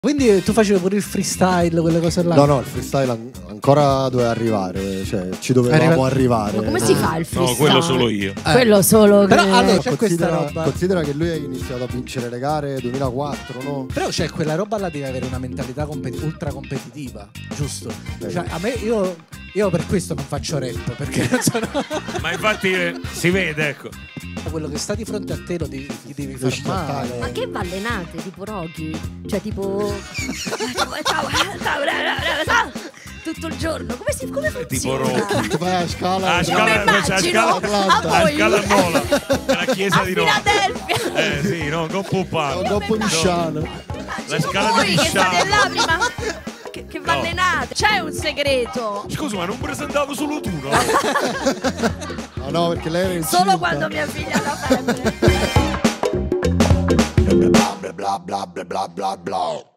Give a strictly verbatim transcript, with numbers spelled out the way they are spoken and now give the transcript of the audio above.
Quindi tu facevi pure il freestyle, quelle cose là? No, no, il freestyle an- ancora doveva arrivare, cioè ci dovevamo Arriva... arrivare. Ma come si fa il freestyle? No, quello solo io. Eh. Quello solo Però che... allora c'è considera, questa roba. Considera che lui ha iniziato a vincere le gare duemilaquattro, no? Però c'è quella roba là, devi avere una mentalità competi- ultra competitiva, giusto? Cioè, a me io, io per questo non faccio rap, perché non sono... Ma infatti eh, si vede, ecco. Quello che sta di fronte a te lo devi, ti devi far male. Ma che vallenate, tipo Rocky? Cioè tipo... ciao, ciao, ciao, ciao, tutto il giorno, come si come funziona? Tipo Rocky. Tu fai la scala, A scala, me a scala, immagino, a a voi. scala Mola, nella chiesa A di Roma. Filadelfia. Eh sì, no, con Puppano. dopo Nisciano. La scala Voi di che state Nisciano. là prima... Che, che vallenate? C'è un segreto. Scusa, ma non presentavo solo tu, no? No, no, perché lei era incinta. Solo quando mia figlia ha la febbre. bla bla bla bla bla bla bla.